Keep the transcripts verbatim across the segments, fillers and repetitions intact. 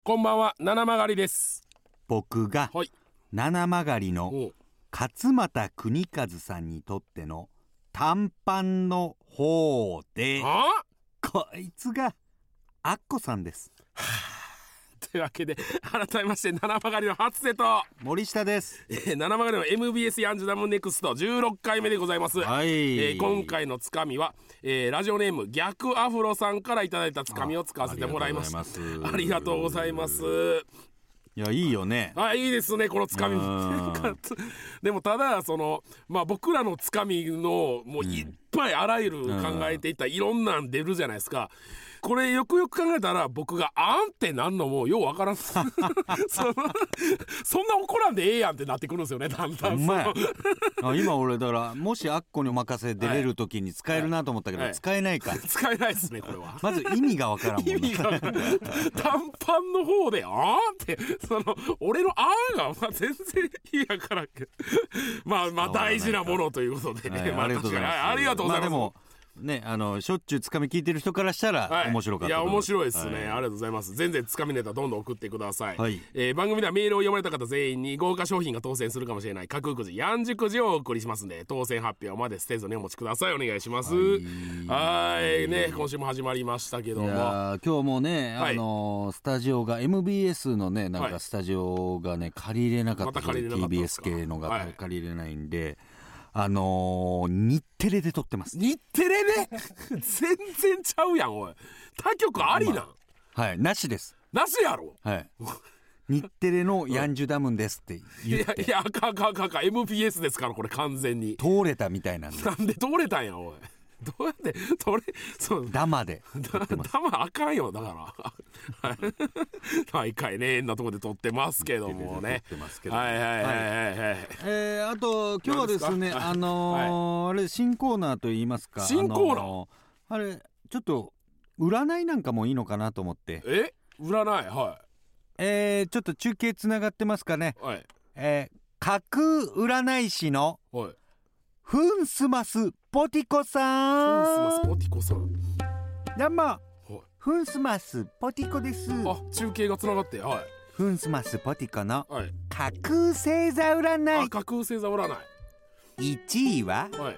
こんばんは、七曲りです。 僕が、 はい、 七曲りの勝俣邦和さんにとっての短パンの方で、 あこいつがアッコさんです。 というわけで改めまして七曲りの初瀬と森下です。 えー、七曲りの エムビーエス ヤンジュダムネクストじゅうろっかいめでございます。 はい、 えー、今回のつかみは、えー、ラジオネーム逆アフロさんからいただいたつかみを使わせてもらいました。ありがとうございます。 いや、いいよね。 あ、いいですねこのつかみでもただそのまあ僕らのつかみのもういっぱいあらゆる考えていったいろんなん出るじゃないですか。これよくよく考えたら僕があんってなんのもようわからんそのそんな怒らんでええやんってなってくるんですよね、だんだん。 あ、今俺だからもしアッコにお任せ出れる時に使えるなと思ったけど、はいはい、使えないか使えないですねこれは。 まず意味がわからんもんな。 意味が短パンの方であーってその俺のあーがまあ全然いいやからんけどまあまあ大事なものということで、ね、はい、まあ、ありがとうございます。ありがとうございます。まあ、でもね、あのしょっちゅうつかみ聞いてる人からしたら、はい、面白かった。 いや面白いですね、はい、ありがとうございます。全然つかみネタどんどん送ってください、 はい。 えー、番組ではメールを読まれた方全員に豪華商品が当選するかもしれない架空くじヤンジュくじをお送りしますんで、当選発表まで捨てずにお持ちください。お願いします。はいね、今週も始まりましたけども、いや今日もね、あのー、スタジオが エムビーエス のねなんかスタジオがね借りれなかった、ま、ティービーエス 系のが借りれないんで、はい、あのー、日テレで撮ってます。 日テレで全然ちゃうやんおい。他局ありなん、まあ、はい、なしです。 なしやろ。 はい日テレのヤンジュダムンですって言って、 いやいや、あかんあかんあかんあかん エムビーエス ですからこれ完全に通れたみたいなんで。 なんで通れたんやおい。どうやって取れそうダマでダマあかんよだから毎回ね変なとこで撮ってますけどもね。はいはいはいはいはい、 えー、あと今日はですねあのーはい、あれ新コーナーといいますか、 新コーナー、あのー、あれちょっと占いなんかもいいのかなと思って。 え占い、はい、 えー、ちょっと中継つながってますかね、 はい、 えー、架空占い師の、はい、フンスマスポティコさん。 フンスマスポティコさん、 どうも、はい、フンスマスポティコです。 あ、中継がつながって、はい、 フンスマスポティコの架空星座占い、 あ、架空星座占いいちいは、はい、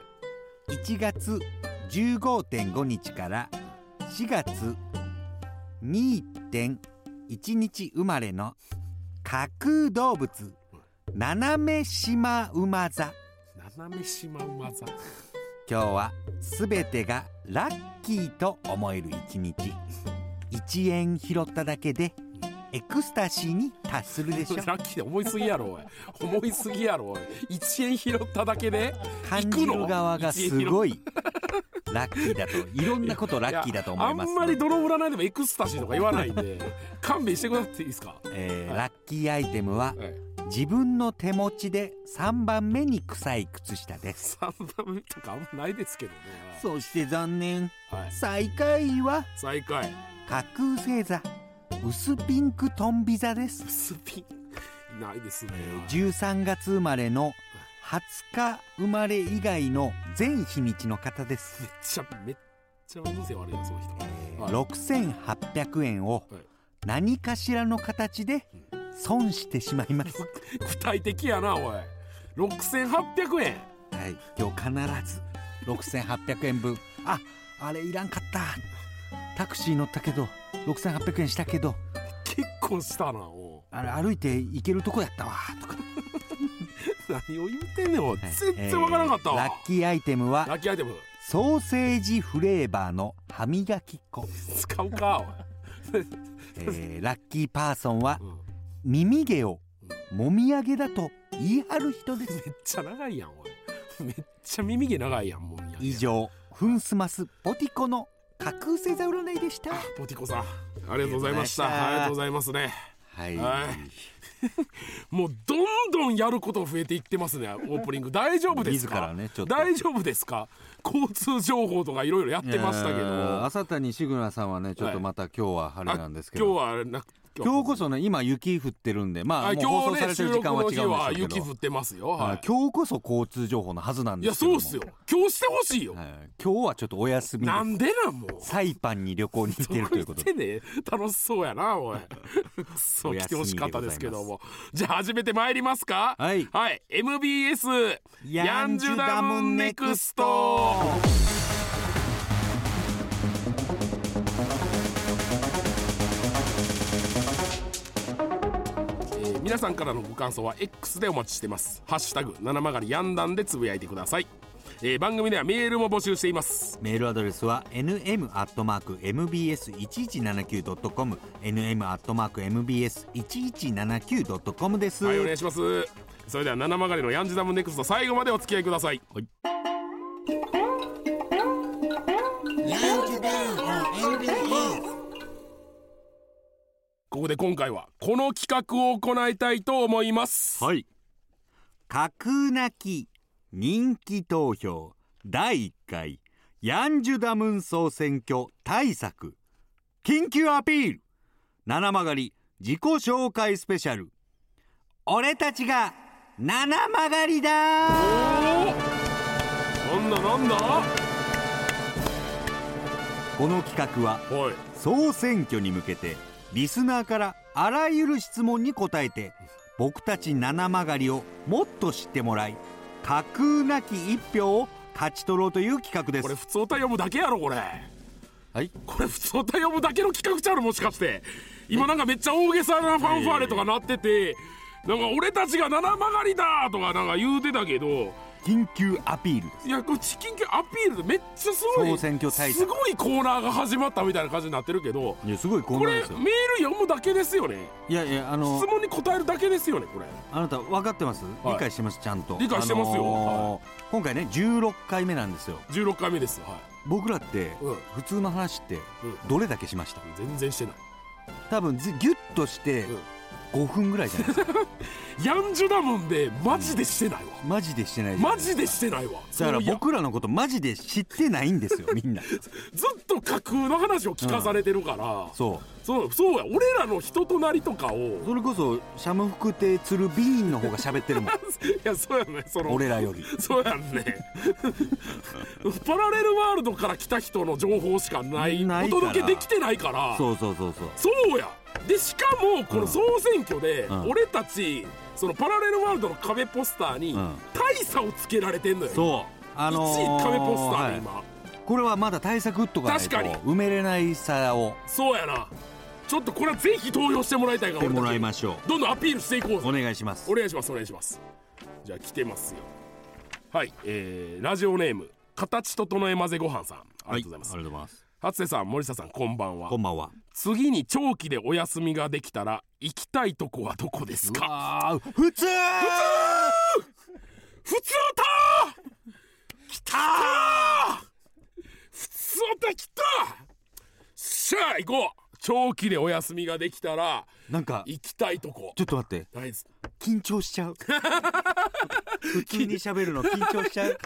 いちがつじゅうごてんごにちからしがつ にてんいちにち生まれの架空動物ナナメシマウマ座。 ナナメシマウマ座。 今日はすべてがラッキーと思える一日。いちえん拾っただけでエクスタシーに達するでしょ。 ラッキーで思いすぎやろおい。思いすぎやろおい。いちえん拾っただけで感じる側がすごいラッキーだと、いろんなことラッキーだと思います。 あんまり泥占いでもエクスタシーとか言わないんで勘弁してくださっていいですか。 えーはい、ラッキーアイテムは、はい、自分の手持ちでさんばんめに臭い靴下です。 さんばんめとかあんまないですけどね。 そして残念、はい、最下位は最下位架空星座薄ピンクトンビ座です。 薄ピンいないですね、えー、じゅうさんがつ生まれのはつか生まれ以外の全日にちの方です。 めっちゃめっちゃ運勢悪いよその人、 えーはい、ろくせんはっぴゃくえんを何かしらの形で損してしまいます。 具体的やなおい。ろくせんはっぴゃくえん、 はい、今日必ずろくせんはっぴゃくえんぶん、あ、あれいらんかった、タクシー乗ったけどろくせんはっぴゃくえんしたけど結構したなお。 あれ歩いて行けるとこやったわとか何を言ってんねんおい、全然わからなかったわ、 えー、ラッキーアイテムはラッキーアイテムソーセージフレーバーの歯磨き粉使うかおい、 えー、ラッキーパーソンは、うん、耳毛をもみあげだと言い張る人です。 めっちゃ長いやんおい。めっちゃ耳毛長いやんもみあげ。 以上フンスマスポティコの架空星座占いでした。 ポティコさんありがとうございました。ありがとうございますね。 はい、 はいもうどんどんやること増えていってますね。オープニング大丈夫ですか。 自らねちょっと大丈夫ですか。交通情報とかいろいろやってましたけど、 朝谷シグナさんはねちょっとまた今日は晴れなんですけど、 はい、今日はな今日こそね今雪降ってるんでまあもう放送されてる時間は違うんでしょうけど、 今日ね収録の日は雪降ってますよ、はい、 今日こそ交通情報のはずなんですけども。 いやそうっすよ今日してほしいよ、 はい、今日はちょっとお休みです。 なんでなんもうサイパンに旅行に行ってるということでね、楽しそうやなおいそう来てほしかったですけどもじゃあ始めてまいりますか。はい、はい、エムビーエス ヤンジュダムネクスト。皆さんからのご感想は X でお待ちしてます。ハッシュタグ七曲やんだんでつぶやいてください。えー、番組ではメールも募集しています。 メールアドレスは エヌエムアットマークエムビーエスいちいちななきゅうドットコム エヌエムアットマークエムビーエスいちいちななきゅうドットコム です。 はいお願いします。それでは七曲のヤンジュダムネクスト最後までお付き合いください。はい、ヤンジュダム エムビーエス。ここで今回はこの企画を行いたいと思います。 はい、架空なき人気投票だいいっかいヤンジュダムン総選挙対策緊急アピール七曲り自己紹介スペシャル。俺たちが七曲りだー。 なんだなんだ。 この企画は総選挙に向けてリスナーからあらゆる質問に答えて僕たち七曲りをもっと知ってもらい架空なき一票を勝ち取ろうという企画です。 これ普通歌読むだけやろこれ。 はい、 これ普通歌読むだけの企画ちゃうのもしかして。今なんかめっちゃ大げさなファンファーレとかなっててなんか俺たちが七曲りだとかなんか言うてたけど緊急アピールです。 いやこれ緊急アピールでめっちゃすごい総選挙対策すごいコーナーが始まったみたいな感じになってるけどいやすごいコーナーですよ。 これメール読むだけですよね。 いやいやあの質問に答えるだけですよねこれ。 あなた分かってます、はい、理解してますちゃんと理解してますよ、あのーはい、 今回ねじゅうろっかいめなんですよ。 じゅうろっかいめです、はい、 僕らって、うん、普通の話ってどれだけしました？ うん、全然してない。 多分ギュッとして、うんごふんぐらいじゃないですかヤンジュダムンでマジでしてないわ、 うん、マジでしてないマジでしてないわ。 だから僕らのことマジで知ってないんですよみんなずっと架空の話を聞かされてるから、うん、 そうそうそうや俺らの人となりとかをそれこそシャムフクテツルビーンの方が喋ってるもんいやそうやねその俺らよりそうやんねパラレルワールドから来た人の情報しかないお届けできてないからそうそうそうそうそうやでしかもこの総選挙で俺たちそのパラレルワールドの壁ポスターに大差をつけられてんのよ。 そうあのー、 いちい壁ポスターで今、はい、 これはまだ対策打っとかないと埋めれない差を。 そうやなちょっとこれはぜひ投票してもらいたいからしてもらいましょう。 どんどんアピールしていこう。 お願いしますお願いしますお願いします。じゃあ来てますよ。はい、えー、ラジオネーム形整え混ぜごはんさん、ありがとうございます、 はい、ありがとうございます。 初瀬さん森下さんこんばんは。 こんばんは。 次に長期でお休みができたら行きたいとこはどこですか？ うわー普通普通普通たきた普通たきたしゃあ行こう。長期でお休みができたらなんか行きたいとこ。 ちょっと待ってないです緊張しちゃう普通に喋るの緊張しちゃう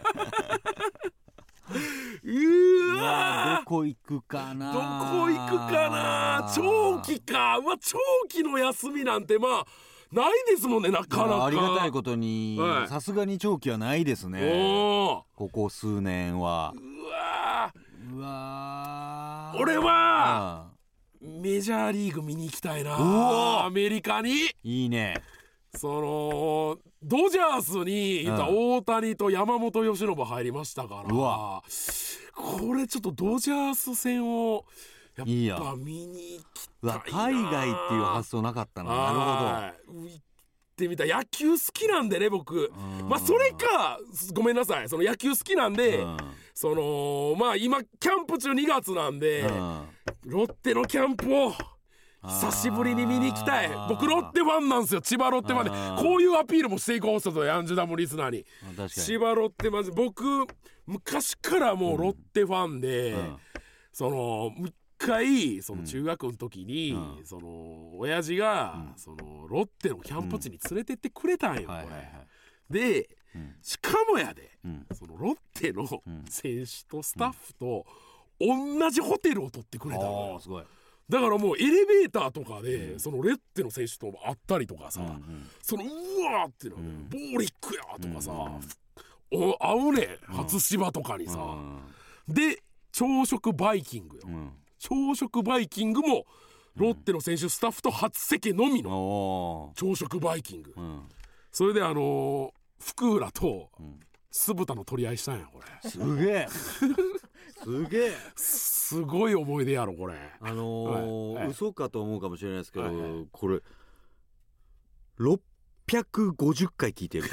うわどこ行くかなどこ行くかな長期か。うわ長期の休みなんてまあないですもんねなかなか。 ありがたいことにさすがに長期はないですねここ数年は。 うわうわ俺はメジャーリーグ見に行きたいな。アメリカにいいね。 そのドジャースにいた大谷と山本由伸入りましたから、 うわこれちょっとドジャース戦をやっぱいいや見に行きうわ海外っていう発想なかったな。なるほど行ってみた。野球好きなんでね僕。まあそれかごめんなさいその野球好きなんでそのまあ今キャンプ中にがつなんでロッテのキャンプを久しぶりに見に行きたい。僕ロッテファンなんですよ。千葉ロッテファンでこういうアピールもしていこうとヤンジュダムリスナーに。千葉ロッテマジ僕昔からもうロッテファンで、うんうん、その一回その中学の時に、うん、その親父が、うん、そのロッテのキャンプ地に連れてってくれたんよ、うん、これ、はいはいはい、で、うん、しかもやで、うん、そのロッテの選手とスタッフと同じホテルを取ってくれたのよ。 すごいだからもうエレベーターとかで、うん、そのレッテの選手と会ったりとかさ、うんうん、そのうわーっての、うん、ボーリックやとかさ、うん、お会うねん、うん、初芝とかにさ、うん、で朝食バイキングよ、うん、朝食バイキングもロッテの選手スタッフと初席のみの朝食バイキング、うん、それであのー、福浦と酢豚の取り合いしたんやこれ。 すげえすげえすごい思い出やろこれ。 あのーはいはい、嘘かと思うかもしれないですけど、はいはい、これろっぴゃくごじゅっかい聞いてる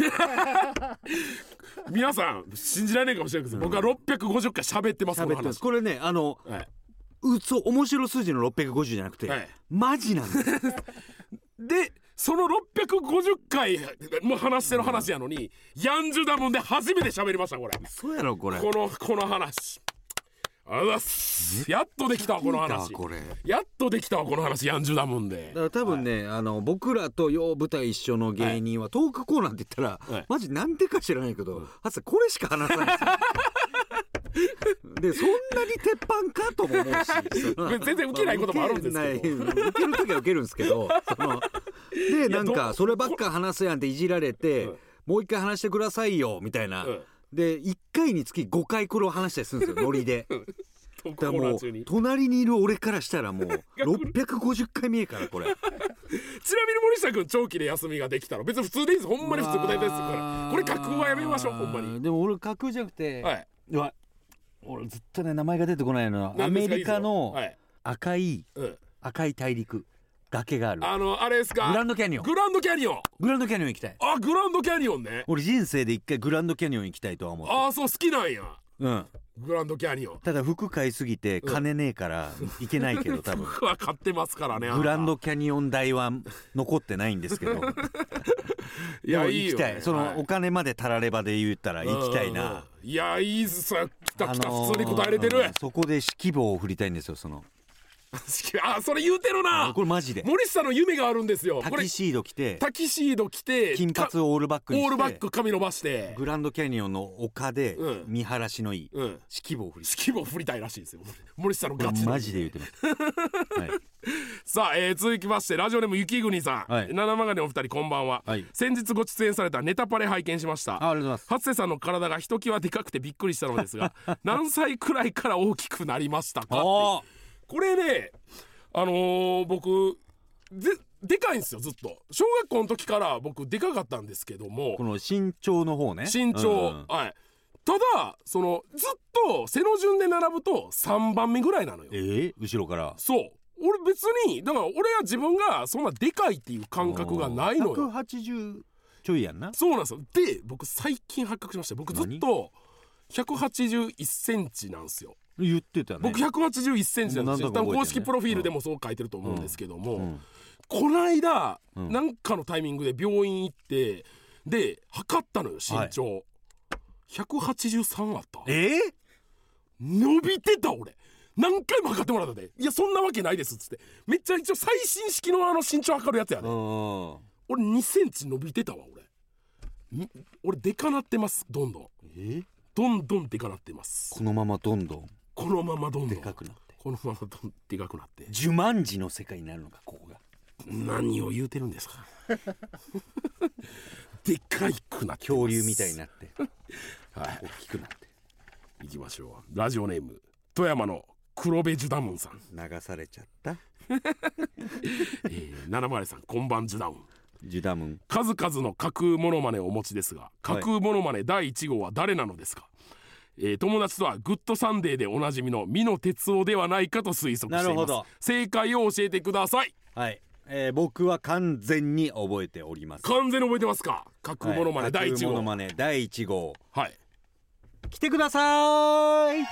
皆さん信じられないかもしれないけど、うん、僕はろっぴゃくごじゅっかい喋ってます。 喋ってます。これねあの、はい、嘘面白数字のろっぴゃくごじゅうじゃなくて、はい、マジなんですでそのろっぴゃくごじゅっかいも話してる話やのに、うん、ヤンジュダムンで初めて喋りましたこれ。 そうやろこれ。 このこの話あざっす。やっとできたわこの話。これやっとできたわこの話。ヤンジュダムンで。 だから多分ね、はい、あの僕らとよう舞台一緒の芸人は、はい、トークコーナーって言ったら、はい、マジなんでか知らないけど、はい、はつこれしか話さないですよでそんなに鉄板かとも思うし全然ウケないこともあるんですけど、 ウケる時はウケるんですけどそのでなんかそればっか話すやんっていじられて、うん、もう一回話してくださいよみたいな、うん、でいっかいにつきごかいこれを話したりするんですよノリでだからもう隣にいる俺からしたらもうろっぴゃくごじゅっかいめからこれちなみに森下君長期で休みができたら別に普通でいいです。ほんまに普通答えですからこれ架空はやめましょう。ほんまに。 でも俺架空じゃなくて、はい、うわ俺ずっとね名前が出てこないの。アメリカの赤い、はい、赤い大陸崖があるあのあれですか。 グランドキャニオン。 グランドキャニオングランドキャニオン行きたい。 あグランドキャニオンね。 俺人生で一回グランドキャニオン行きたいとは思って。 あそう好きなんや。 うんグランドキャニオン。 ただ服買いすぎて金ねえから行けないけど、うん、多分服は買ってますからね。 グランドキャニオン代は残ってないんですけどいやいいよ、ね、行きたい。その、はい、お金までたらればで言ったら行きたいな。 いやいいっす。来た来た、あのー、普通に答えれてる。 そこで指揮棒を振りたいんですよ。そのあそれ言うてるな。 これマジで森下の夢があるんですよ。 タキシード着てタキシード着て金髪をオールバックにしてオールバック髪伸ばしてグランドキャニオンの丘で見晴らしのいい、うん、指揮棒を振り指揮棒振りたいらしいですよ森下のガチで。 マジで言うてます、はい、 さあ、えー、続きましてラジオネーム雪国さん、はい、七曲のお二人こんばんは、はい、先日ご出演されたネタパレ拝見しました。 あ, ありがとうございます。 初瀬さんの体がひときわでかくてびっくりしたのですが何歳くらいから大きくなりましたかって。これねあのー、僕 で, でかいんですよ。ずっと小学校の時から僕でかかったんですけども、 この身長の方ね。 身長、うんうん、はい。ただそのずっと背の順で並ぶとさんばんめぐらいなのよ。 えー、後ろから。 そう俺別にだから俺は自分がそんなでかいっていう感覚がないのよ。 ひゃくはちじゅうちょいやんな。 そうなんですよ。で僕最近発覚しました。僕ずっとひゃくはちじゅういっセンチなんですよ。 言ってたね。 僕ひゃくはちじゅういっセンチなんですよ。多分公式プロフィールでもそう書いてると思うんですけども、うんうん、この間、うん、なんかのタイミングで病院行ってで測ったのよ身長、はい、ひゃくはちじゅうさんあった。 えー、 伸びてた。俺何回も測ってもらったで。いやそんなわけないですっつってめっちゃ一応最新式のあの身長測るやつやね。俺にセンチ伸びてたわ。俺俺でかなってます。どんどんえーどんどんでかなってます。 このままどんどんこのままどんどんでかくなってこのままどんでかくなってジュマンジの世界になるのかここが。 何を言うてるんですかでかいくなってます。 恐竜みたいになってはい、 大きくなっていきましょう。ラジオネーム富山の黒部ジュダムンさん。 流されちゃった、 えー、七丸さんこんばんジュダムン。 ジュダムン数々の架空モノマネをお持ちですが架空モノマネだいいち号は誰なのですか。えー、友達とはグッドサンデーでおなじみの美濃哲夫ではないかと推測しています。正解を教えてください。 はい、えー、僕は完全に覚えております。 完全に覚えてますか。架空モノマネだいいち号、 架空モノマネだいいち号、 はい、 来てください。え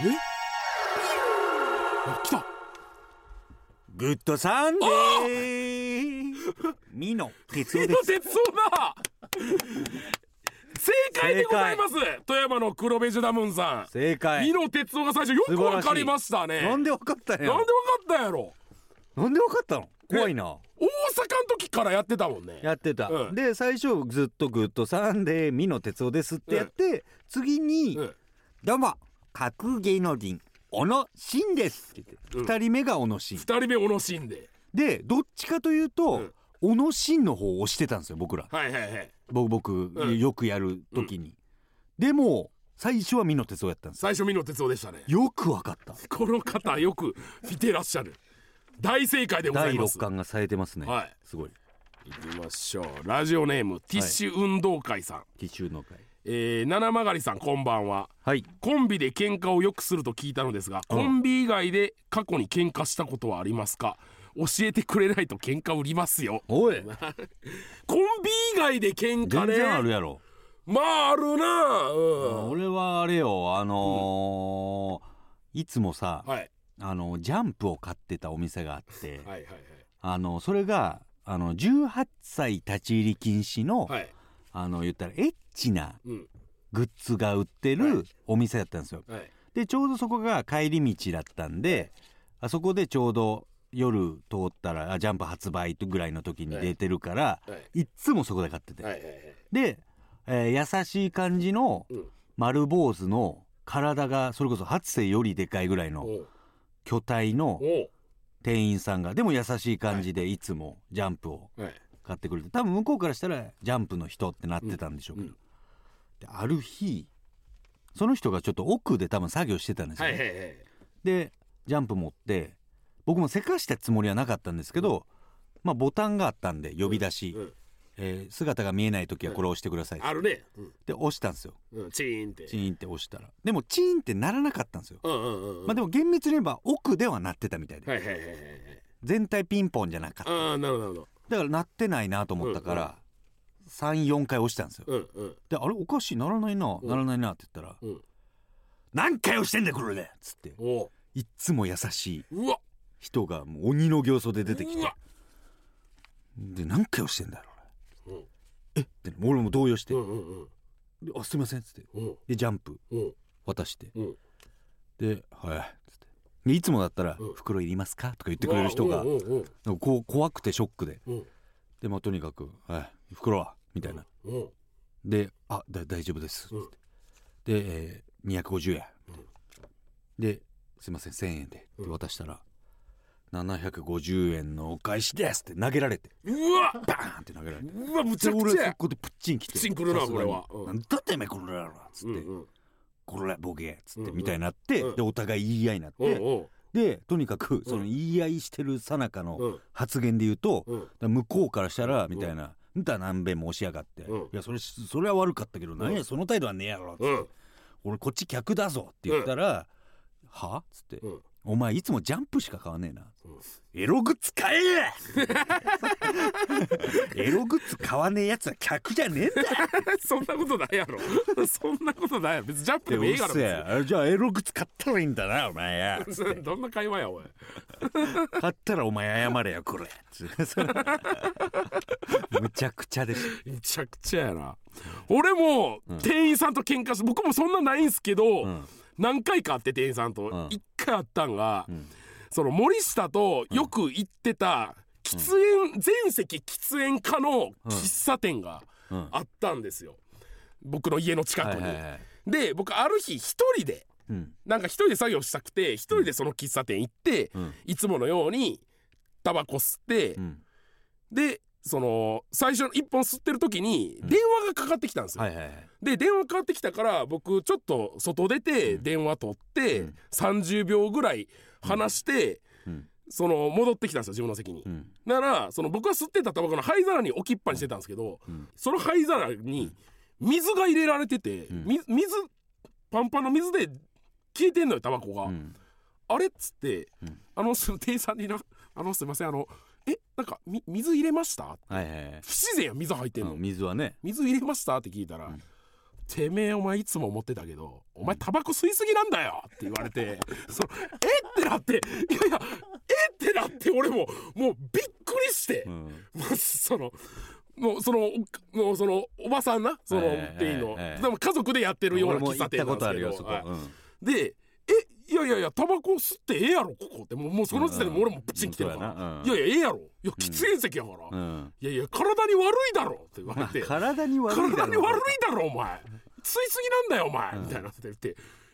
あ来た。 グッドサンデー美濃哲夫です。 美濃哲夫だ正解でございます。富山の黒部ジュダムンさん正解。 美濃哲夫が最初よく分かりましたね。 なんで分かったんやなんで分かったんやろ。 なんで分かったの。怖いな。大阪の時からやってたもんね。 やってた、うん、で最初ずっとグッドサンデー美濃哲夫ですってやって、うん、次に、うん、どうも架空芸能人小野伸ですって言って、うん、ふたりめが小野伸、 ふたりめ小野伸ででどっちかというと、うん、小野伸の方を押してたんですよ僕ら。 はいはいはい。 僕、僕、うん、よくやる時に、うん、でも最初は美濃哲夫やったんです。 最初美濃哲夫でしたね。 よくわかった。 この方よく見てらっしゃる。大正解でございます。 だいろっかんがされてますね。 はい、 すごい。 いきましょう。ラジオネームティッシュ運動会さん、はい、 ティッシュ運動会、 えー、七曲さんこんばんは、 はい、 コンビで喧嘩をよくすると聞いたのですが、コンビ以外で過去に喧嘩したことはありますか？教えてくれないと喧嘩売りますよ。 おいコンビ以外で喧嘩ね。 全然あるやろ。 まああるな、うん、 俺はあれよ、あのーうん、いつもさ、はい、あのジャンプを買ってたお店があってはいはい、はい、あのそれがあのじゅうはっさい立ち入り禁止の、はい、あの言ったらエッチなグッズが売ってるお店だったんですよ、はい、でちょうどそこが帰り道だったんで、あそこでちょうど夜通ったらジャンプ発売ぐらいの時に出てるから、はいはい、いっつもそこで買ってて、はいはいはい、で、えー、優しい感じの丸坊主の体がそれこそ初瀬よりでかいぐらいの巨体の店員さんが、でも優しい感じでいつもジャンプを買ってくれて、多分向こうからしたらジャンプの人ってなってたんでしょうけど、うんうん、である日その人がちょっと奥で多分作業してたんですよね、はいはいはい、でジャンプ持って僕もせかしたつもりはなかったんですけど、うん、まあボタンがあったんで呼び出し、うんうん、えー、姿が見えない時はこれを押してください、うん、 あるね、うん、 で押したんですよ、 うん、チーンってチーンって押したら、でもチーンってならなかったんですよ、 うんうんうんうん、 まあでも厳密に言えば奥ではなってたみたいで、 はいはいはいはい、 全体ピンポンじゃなかった。 あ、なるほど。 だから鳴ってないなと思ったから、うんうん、さん、よんかい押したんですよ、うんうん、であれおかしい、鳴らないな、うん、鳴らないなって言ったら、うん、何回押してんだこれでっつって、いっつも優しい人がもう鬼の形相で出てきて、で何回押してんだろう、うん、えって俺も動揺して、うんうんうん、であすいませんっつって、うん、でジャンプ渡して、うん、ではいっつってでいつもだったら、うん、袋いりますかとか言ってくれる人が、うんうんうん、なんかこう怖くてショックで、うん、でまあとにかくはい袋はみたいな、うん、であだ大丈夫ですっつって、うん、で、えー、にひゃくごじゅうえん、うん、ですいませんせんえんで、うん、渡したらななひゃくごじゅうえんのお返しですって投げられて、 うわバーンって投げられて、 うわむちゃくちゃ、 俺そこでプッチン来て、 プッチンくるなこれは、 うん、なんだってめこれらっつって、うんうん、これボケっつって、うんうん、みたいになって、うん、でお互い言い合いになって、うんうん、でとにかくその言い合いしてるさなかの発言で言うと、うん、向こうからしたらみたいな、うん、んた何べんも押しやがって、うん、いやそれそれは悪かったけど、うん、何やその態度はねえやろっつって、うん、俺こっち客だぞって言ったら、うん、はっつって、うん、お前いつもジャンプしか買わねえな、うん、エログッズ買えエログッズ買わねえやつは客じゃねえんだそんなことないやろそんなことないやろ、別にジャンプでもいいから、 じゃあエログッズ買ったらいいんだなお前やどんな会話やおい買ったらお前謝れよこれむちゃくちゃでしょ、むちゃくちゃやな。俺も店員さんと喧嘩して、僕もそんなないんすけど、うん、何回か会って店員さんと一回会ったんが、うん、その森下とよく行ってた喫煙、うん、全席喫煙家の喫茶店があったんですよ、僕の家の近くに、はいはいはい、で僕ある日一人で、うん、なんか一人で作業したくて一人でその喫茶店行って、うん、いつものようにタバコ吸って、うん、でその最初の一本吸ってる時に電話がかかってきたんですよ、うんはいはいはい、で電話かかってきたから僕ちょっと外出て電話取って、うん、さんじゅうびょうぐらい話して、うん、その戻ってきたんですよ自分の席に、うん、だからその僕が吸ってたタバコの灰皿に置きっぱにしてたんですけど、うん、その灰皿に水が入れられてて、うん、水パンパンの水で消えてんのよタバコが、うん、あれっつって、うん、あの店員さんになあのすいませんあのえなんかみ水入れました、はいはいはい、不自然や水入ってんの、 うん、水はね水入れましたって聞いたら、うん、てめえお前いつも思ってたけどお前タバコ吸いすぎなんだよって言われてそのえってなっていやいやえってなって俺ももうびっくりして、うん、もうそのもうそのもうそのおばさんなその店員の、でも家族でやってるような喫茶店なんですけど、はい、うん、でえいやいやいやタバコ吸ってええやろここってもう、もうその時点で俺もプチン来てるから、うんうん、いやいやええやろいや喫煙席やから、うん、いやいや体に悪いだろって言われて体に悪いだろ体に悪いだろお前吸いすぎなんだよお前、うん、みたいなって言って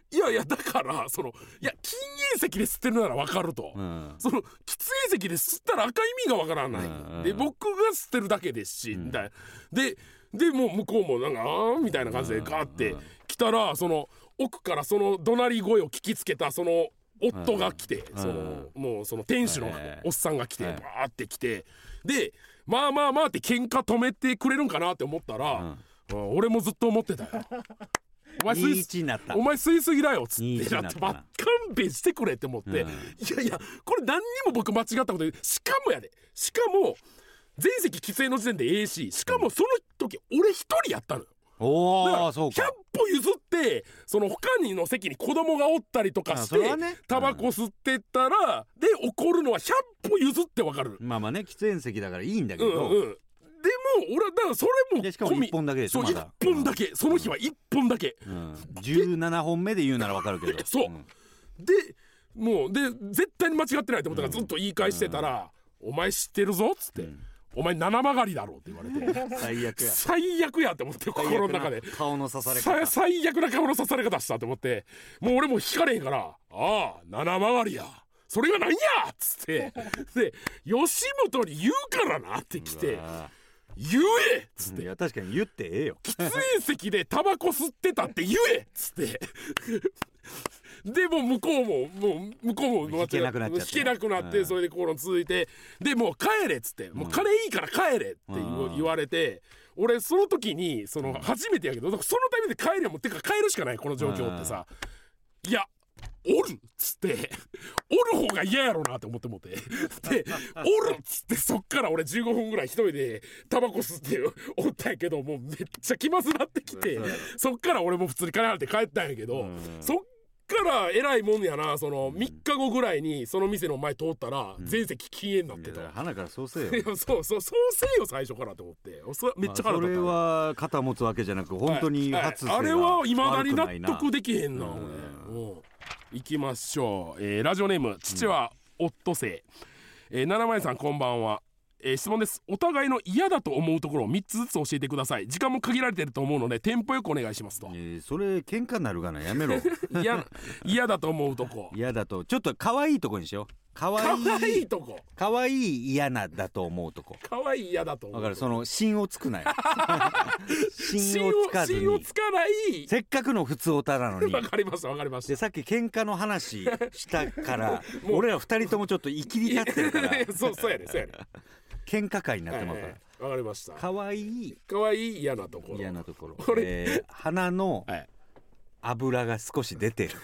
いやいやだからそのいや禁煙席で吸ってるなら分かると、うん、その喫煙席で吸ったら赤い意味が分からない、うん、で僕が吸ってるだけですし、うん、みたいなででもう向こうもなんかあーみたいな感じでガーって来たらその奥からその怒鳴り声を聞きつけたその夫が来て、うん、そのもうその店主のおっさんが来て、バーって来てでまあまあまあって喧嘩止めてくれるんかなって思ったら、うん、俺もずっと思ってたよお前吸いお前吸いすぎだよっつってなって勘弁してくれって思って、うん、いやいやこれ何にも僕間違ったことでしかもやでしかも全席喫煙の時点でええししかもその時俺一人やったのよ。 おだからそうかひゃっぽ譲ってその他にの席に子供がおったりとかしてタバコ吸ってったら、うん、で怒るのはひゃっぽ譲ってわかる。 まあまあね喫煙席だからいいんだけど、うんうん、 でも俺はだからそれもでしかもいっぽんだけでしょ。 そう、ま、いっぽんだけ、うん、その日はいっぽんだけ、 うん、じゅうななほんめで言うならわかるけどそう、うん、でもうで絶対に間違ってないってことがずっと言い返してたら、うん、お前知ってるぞっつって、うんお前七曲がりだろって言われて最悪や最悪やって思って心の中で顔の刺され方最悪な顔の刺され方したと思ってもう俺も引かれへんからああ七曲がりやそれが何やっつってで吉本に言うからなって来て言えっつって、 いや確かに言ってええよ喫煙席でタバコ吸ってたって言えっつってでも向こうももう向こうも引けなくなっちゃって引けなくなって、うん、それで口論続いてでもう帰れっつって、うん、もう金いいから帰れって言わ、言われて俺その時にその初めてやけどそのタイミングで帰れもってか帰るしかないこの状況ってさ、うん、いやおるっつっておる方が嫌やろなって思ってもってでおるっつってそっから俺じゅうごふんぐらい一人でタバコ吸っておったんやけどもうめっちゃ気まずなってきて、うん、そっから俺も普通に金払って帰ったんやけど、うん、そっから偉いもんやなそのみっかごぐらいにその店の前通ったら全席禁煙になってた、 うん、花からそうせよそうそうそうせよ最初からと思ってめっちゃ腹立った、まあ、 それは肩持つわけじゃなく本当に初性が悪くないな、はいはい、あれは未だに納得できへんな、うん、俺、うん、行きましょう、えー、ラジオネーム父はオットセイ、えー、七枚さんこんばんは、えー、質問です。お互いの嫌だと思うところをみっつずつ教えてください。時間も限られてると思うのでテンポよくお願いしますと、 えー、それ喧嘩になるかなやめろ嫌嫌だと思うとこ嫌だとちょっと可愛いとこにしようかわいいかわいいとこかわいい嫌なだと思うとこかわいい嫌だと思うだからその芯をつくなよ芯をつかずに芯をつかないせっかくの普通オタなのにわかりましたわかりましたでさっき喧嘩の話したから俺ら二人ともちょっと生きり立ってるからそうそうやねそうやね喧嘩会になってますから、 はいはい、わかりました。 かわいいかわいい嫌なところ嫌なところこれ、えー、鼻の、はい油が少し出てる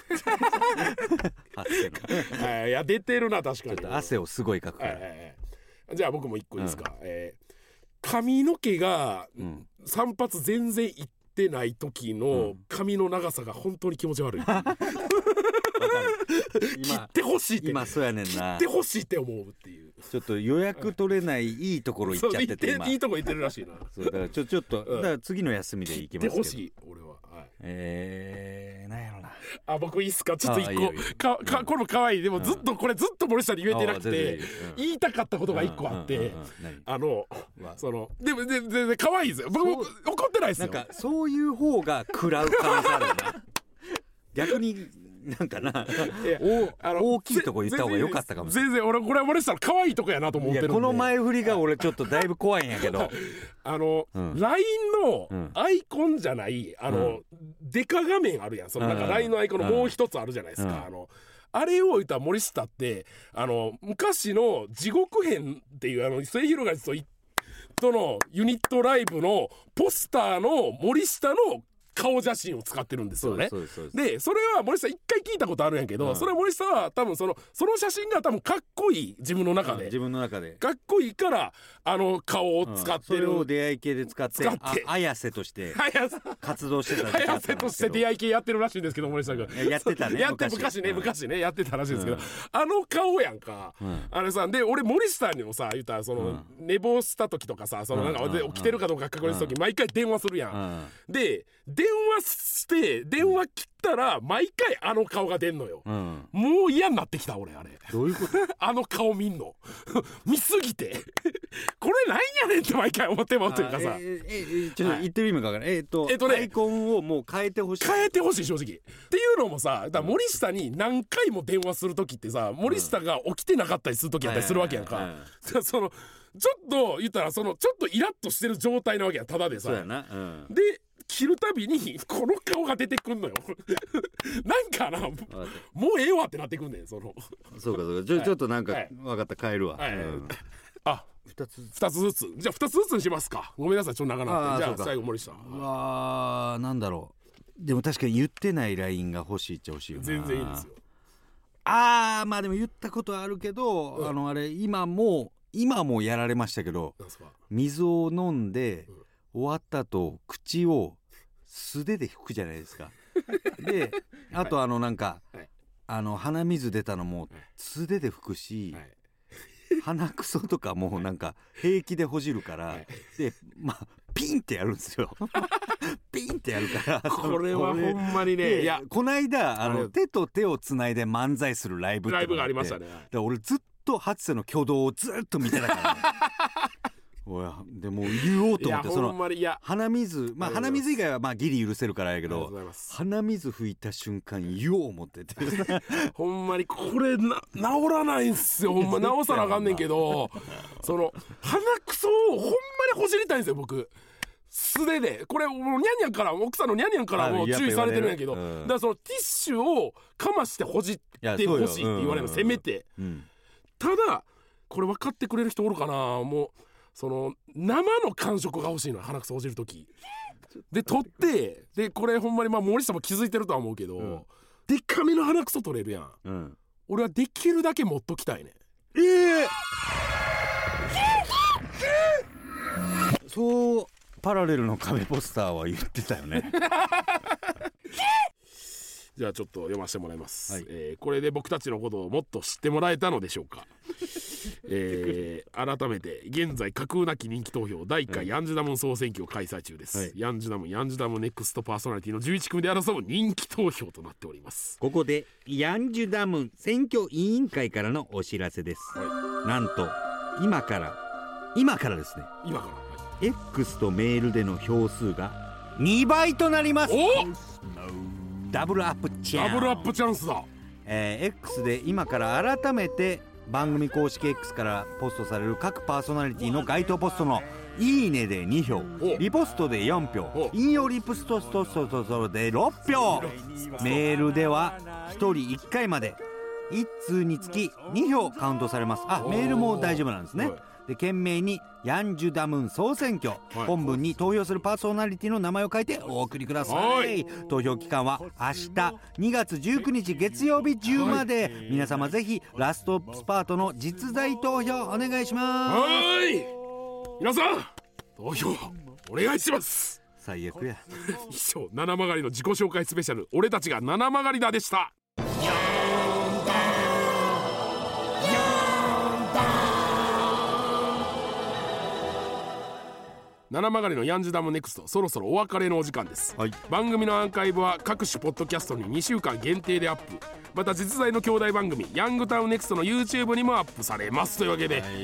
はい、いや出てるな確かにちょっと汗をすごいかくから、はいはいはい、 じゃあ僕も一個いいですか、うんえー、髪の毛が散髪全然いってない時の髪の長さが本当に気持ち悪い、うん、切ってほしいって今そうやねんな切ってほしいって思うっていうちょっと予約取れないいいところ行っちゃってて今いいとこ行ってるらしいなそうだからちょちょっと、うん、だから次の休みで行きますけど切ってほしい俺はえー、なんやろなあ僕いいっすかちょっと一個かかこの可愛いでもずっとこれずっと森下に言えてなくて言いたかったことが一個あってあのそのでも全然可愛いですよ僕も怒ってないですよなんかそういう方が食らう可能性あるな逆になんかなあの大きいとこ言った方が良かったかもしれない全然俺これは森下の可愛いとこやなと思ってるんでこの前振りが俺ちょっとだいぶ怖いんやけどあの、うん、ライン のアイコンじゃないあの、うん、デカ画面あるやんそのなんか ライン のアイコンのもう一つあるじゃないですか、うん、あのあれを言った森下ってあの昔の地獄編っていうあの末広がりととのユニットライブのポスターの森下の顔写真を使ってるんですよね。でそれは森下一回聞いたことあるんやけど、うん、それは森下は多分そのその写真が多分かっこいい自分の中で、うん、 自分の中でかっこいいからあの顔を使ってる、 うん、それを出会い系で使って使ってあ綾瀬として活動してた時綾瀬として出会い系やってるらしいんですけど森下君やってたねやって昔ね、うん、昔ねやってたらしいんですけど、うん、あの顔やんか、うん、あれさで俺森下にもさ言ったらその、うん、寝坊した時とかさそのなんか、うん、起きてるかどうか確認する時、うん、毎回電話するやん、うん、で電話して電話切ったら毎回あの顔が出んのよ、うん、もう嫌になってきた俺あれどういうことあの顔見んの見すぎてこれなんやねんって毎回思ってもっていうかさ、 えええちょっと言ってる意味か分からない、えっと、 えっとねアイコンをもう変えてほしい変えてほしい正直っていうのもさ、だから森下に何回も電話する時ってさ、森下が起きてなかったりする時やったりするわけやんか、そのちょっと言ったらそのちょっとイラッとしてる状態なわけやただでさ。 そうやな、うん、 で切るたびにこの顔が出てくんのよなんかな、もうええわってなってくんねんそのそうかそうか、ちょ、はい、ちょっとなんか、はい、分かった、変えるわ、はい、うん、 あふたつふたつずつ、じゃあふたつずつにしますか。ごめんなさいちょっと長なって。じゃあ最後森下。 うわー、なんだろう、でも確かに言ってない ライン が欲しいっちゃ欲しいよな。 全然いいですよ。 あー、まあでも言ったことはあるけど、うん、あのあれ今も今もやられましたけど、水を飲んで、うん終わった後口を素手で拭くじゃないですかであとあのなんか、はい、あの鼻水出たのも素手で拭くし、はい、鼻くそとかもなんか平気でほじるから、はい、でまあピンってやるんですよピンってやるからこれはほんまにね、 いやこないだあの手と手をつないで漫才するライブってライブがありましたね。 で俺ずっと初瀬の挙動をずっと見てたからねおやでも言おうと思って、その鼻水、まあ鼻水以外はまあギリ許せるからやけど、鼻水拭いた瞬間言おう思っててほんまにこれな治らないんすよ。ほんま治さなあかんねんけどその鼻くそをほんまにほじりたいんですよ僕素手で。これもうニャンニャンから奥さんのニャンニャンからも注意されてるんやけど、うん、だからそのティッシュをかましてほじってほしいって言われるの、せめて、うん、ただこれ分かってくれる人おるかな。もうその生の感触が欲しいの、鼻くそほじるときで取ってでこれほんまにまあ森下も気づいてるとは思うけど、うん、でっかめの鼻くそ取れるやん、うん、俺はできるだけ持っときたいね。 えー、そうパラレルの壁ポスターは言ってたよねじゃあちょっと読ませてもらいます、はい、えー、これで僕たちのことをもっと知ってもらえたのでしょうかえー、改めて現在架空なき人気投票だいいっかいヤンジュダムン総選挙を開催中です、はい、ヤンジュダムンヤンジュダムンネクストパーソナリティのじゅういち組で争う人気投票となっております。 ここでヤンジュダムン選挙委員会からのお知らせです、はい、なんと今から今からですね今から、 はい、X とメールでの票数がにばいとなります。 おダブルアップチャンスダブルアップチャンスだ、 えー、X で今から改めて番組公式 X からポストされる各パーソナリティの該当ポストのいいねでにひょう、リポストでよんひょう、引用リプストストストストでろくひょう、メールではひとりいっかいまでいち通につきにひょうカウントされます。あ、メールも大丈夫なんですね。で懸命にヤンジュダムン総選挙、はい、本文に投票するパーソナリティの名前を書いてお送りください。投票期間は明日にがつじゅうくにち月曜日中まで、はい、皆様ぜひラストスパートの実在投票お願いします。 はい、皆さん投票お願いします。 最悪や以上七曲りの自己紹介スペシャル俺たちが七曲りだでした。七曲りのヤンジュダムネクスト、そろそろお別れのお時間です、はい、番組のアーカイブは各種ポッドキャストににしゅうかん限定でアップ、また実在の兄弟番組ヤングタウンネクストの YouTube にもアップされますというわけで、はい、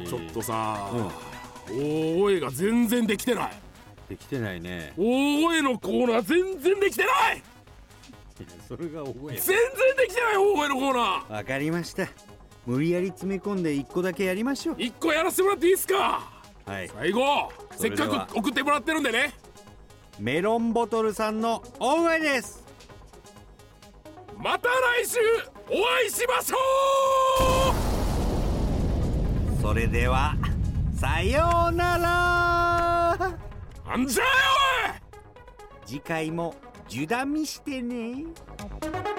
ちょっとさ、うん、大声が全然できてないできてないね。 大声のコーナー全然できてない。いやそれが大声全然できてない大声のコーナー。 わかりました、無理やり詰め込んでいっこだけやりましょう。 いっこやらせてもらっていいですか。はい、最後せっかく送ってもらってるんでね、 メロンボトルさんの大声です。 また来週お会いしましょう。それではさようなら。 なんじゃよおい。 次回もジュダ見してね。